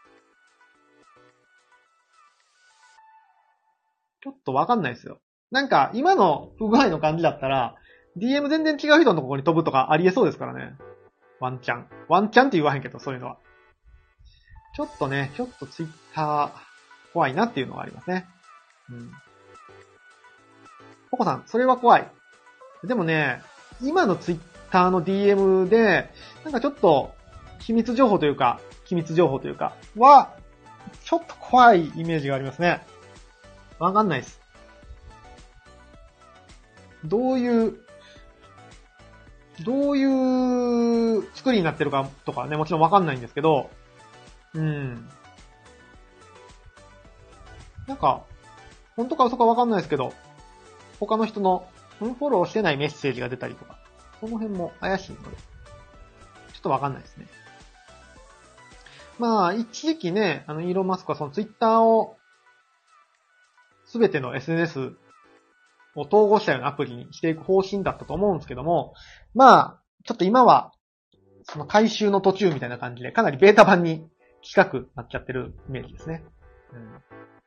ちょっとわかんないですよ。なんか、今の不具合の感じだったら、ディーエム 全然違う人のところに飛ぶとかありえそうですからね。ワンチャン。ワンチャンって言わへんけど、そういうのは。ちょっとね、ちょっと Twitter 怖いなっていうのがありますね。うん。ポコさん、それは怖い。でもね、今の Twitter の ディーエム で、なんかちょっと、秘密情報というか、機密情報というか、は、ちょっと怖いイメージがありますね。わかんないです。どういう、どういう作りになってるかとかね、もちろんわかんないんですけど、うん。なんか、本当か嘘かわかんないですけど、他の人のフォローしてないメッセージが出たりとか、その辺も怪しいので、ちょっとわかんないですね。まあ、一時期ね、あの、イーロン・マスクはそのツイッターを、すべての エスエヌエス を統合したようなアプリにしていく方針だったと思うんですけども、まあ、ちょっと今は、その回収の途中みたいな感じで、かなりベータ版に近くなっちゃってるイメージですね。うん、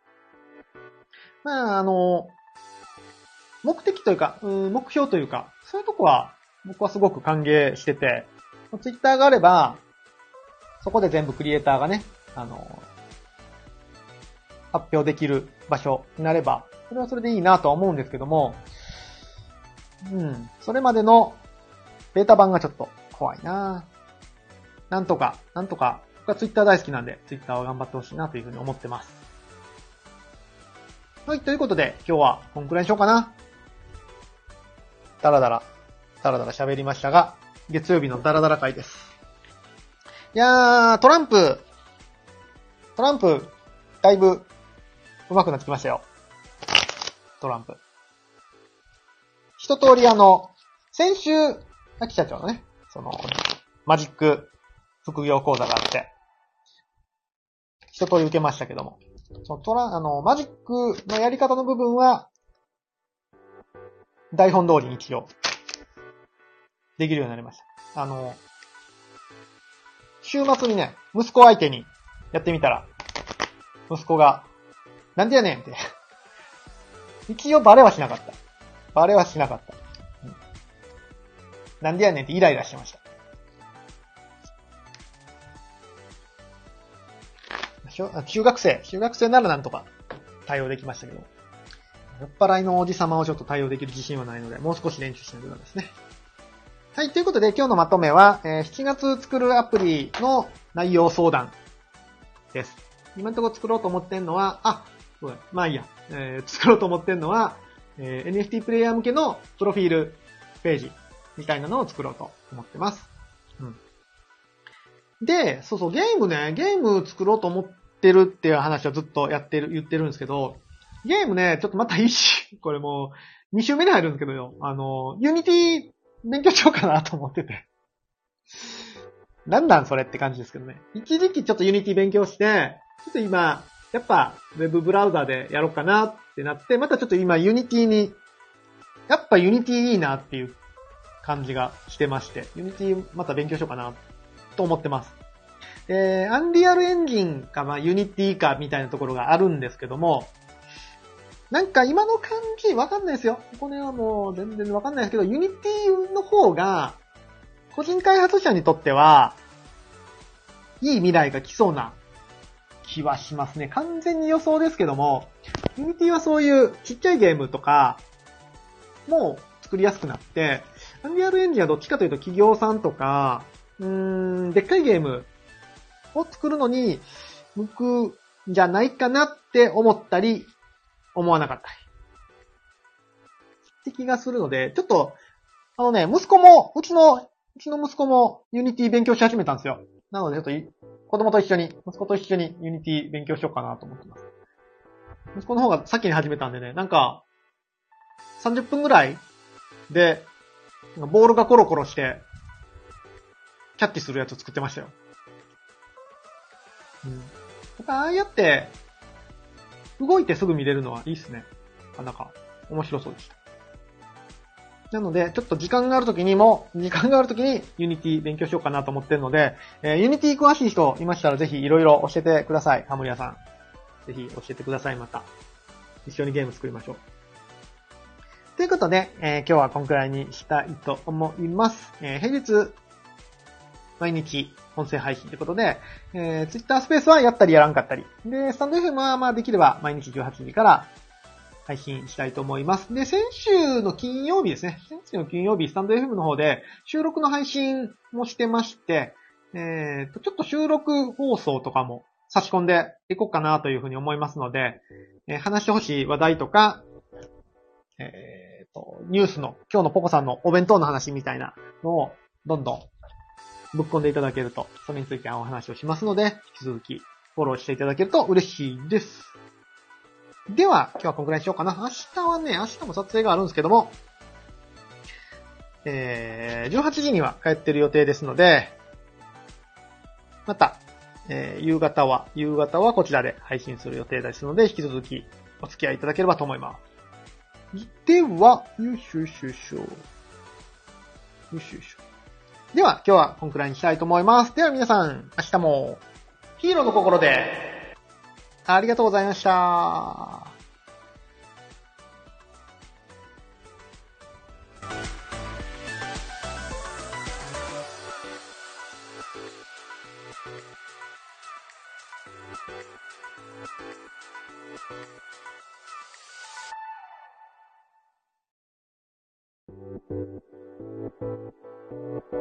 まあ、あの、目的というか、うん、目標というか、そういうとこは、僕はすごく歓迎してて、ツイッターがあれば、そこで全部クリエイターがね、あの、発表できる場所になれば、それはそれでいいなとは思うんですけども、うん、それまでのベータ版がちょっと怖いな。なんとか、なんとか、僕はツイッター大好きなんで、ツイッターを頑張ってほしいなというふうに思ってます。はい、ということで、今日はこんくらいにしようかな。だらだら、だらだら喋りましたが、月曜日のだらだら会です。いやー、トランプ、トランプ、だいぶ、上手くなってきましたよ。トランプ。一通りあの、先週、秋社長のね、その、マジック副業講座があって、一通り受けましたけども、そのトラ、あの、マジックのやり方の部分は、台本通りに一応、できるようになりました。あの、週末にね、息子相手にやってみたら、息子が、なんでやねんって。一応バレはしなかった。バレはしなかった。うん、なんでやねんってイライラしてました。中学生、中学生ならなんとか対応できましたけど、酔っ払いのおじさまをちょっと対応できる自信はないので、もう少し練習しないとダメですね。はい、ということで今日のまとめは、えー、しちがつ作るアプリの内容相談です。今のところ作ろうと思ってんのは、あ、そうだ、まあいいや、えー、作ろうと思ってんのは、えー、エヌエフティー プレイヤー向けのプロフィールページみたいなのを作ろうと思ってます。うん。で、そうそう、ゲームね、ゲーム作ろうと思ってるっていう話をずっとやってる、言ってるんですけど、ゲームね、ちょっとまたいいし、これもう、に週目に入るんですけどよ、あの、ユニティ勉強しようかなと思ってて。なんなんそれって感じですけどね。一時期ちょっとユニティ勉強して、ちょっと今、やっぱ、ウェブブラウザでやろうかなってなって、またちょっと今ユニティに、やっぱユニティいいなっていう感じがしてまして、ユニティまた勉強しようかなと思ってます。えー、アンリアルエンジンか、まあユニティかみたいなところがあるんですけども、なんか今の感じわかんないですよ。これはもう全然わかんないですけど、ユニティの方が、個人開発者にとっては、いい未来が来そうな気はしますね。完全に予想ですけども、ユニティはそういうちっちゃいゲームとかも作りやすくなって、アンリアルエンジンはどっちかというと企業さんとか、うーん、でっかいゲームを作るのに向くんじゃないかなって思ったり、思わなかったり。って気がするので、ちょっと、あのね、息子も、うちの、うちの息子もユニティ勉強し始めたんですよ。なのでちょっと子供と一緒に、息子と一緒にユニティ勉強しようかなと思ってます。息子の方が先に始めたんでね、なんか、さんじゅっぷんぐらいで、ボールがコロコロして、キャッチするやつを作ってましたよ。うん。やっぱああやって、動いてすぐ見れるのはいいっすね。なんか、面白そうでした。なので、ちょっと時間があるときにも、時間があるときにユニティ勉強しようかなと思ってるので、えー、ユニティ詳しい人いましたらぜひいろいろ教えてください。ハムリアさん。ぜひ教えてください、また。一緒にゲーム作りましょう。ということで、えー、今日はこんくらいにしたいと思います。えー、平日、毎日、音声配信ということで、えー、Twitter スペースはやったりやらんかったり。で、スタンド エフエム はまあできれば毎日じゅうはちじから配信したいと思います。で、先週の金曜日ですね。先週の金曜日、スタンド エフエム の方で収録の配信もしてまして、えーと、ちょっと収録放送とかも差し込んでいこうかなというふうに思いますので、えー、話してほしい話題とか、えーと、ニュースの、今日のポコさんのお弁当の話みたいなのをどんどんぶっ込んでいただけると、それについてお話をしますので、引き続きフォローしていただけると嬉しいです。では、今日はこのくらいにしようかな。明日はね、明日も撮影があるんですけども、えー、じゅうはちじには帰ってる予定ですので、また、えー、夕方は、夕方はこちらで配信する予定ですので、引き続きお付き合いいただければと思います。では、よいしょよいしょよいしょ。よいしょよいしょ。では、今日はこのくらいにしたいと思います。では皆さん、明日もヒーローの心で、ありがとうございました。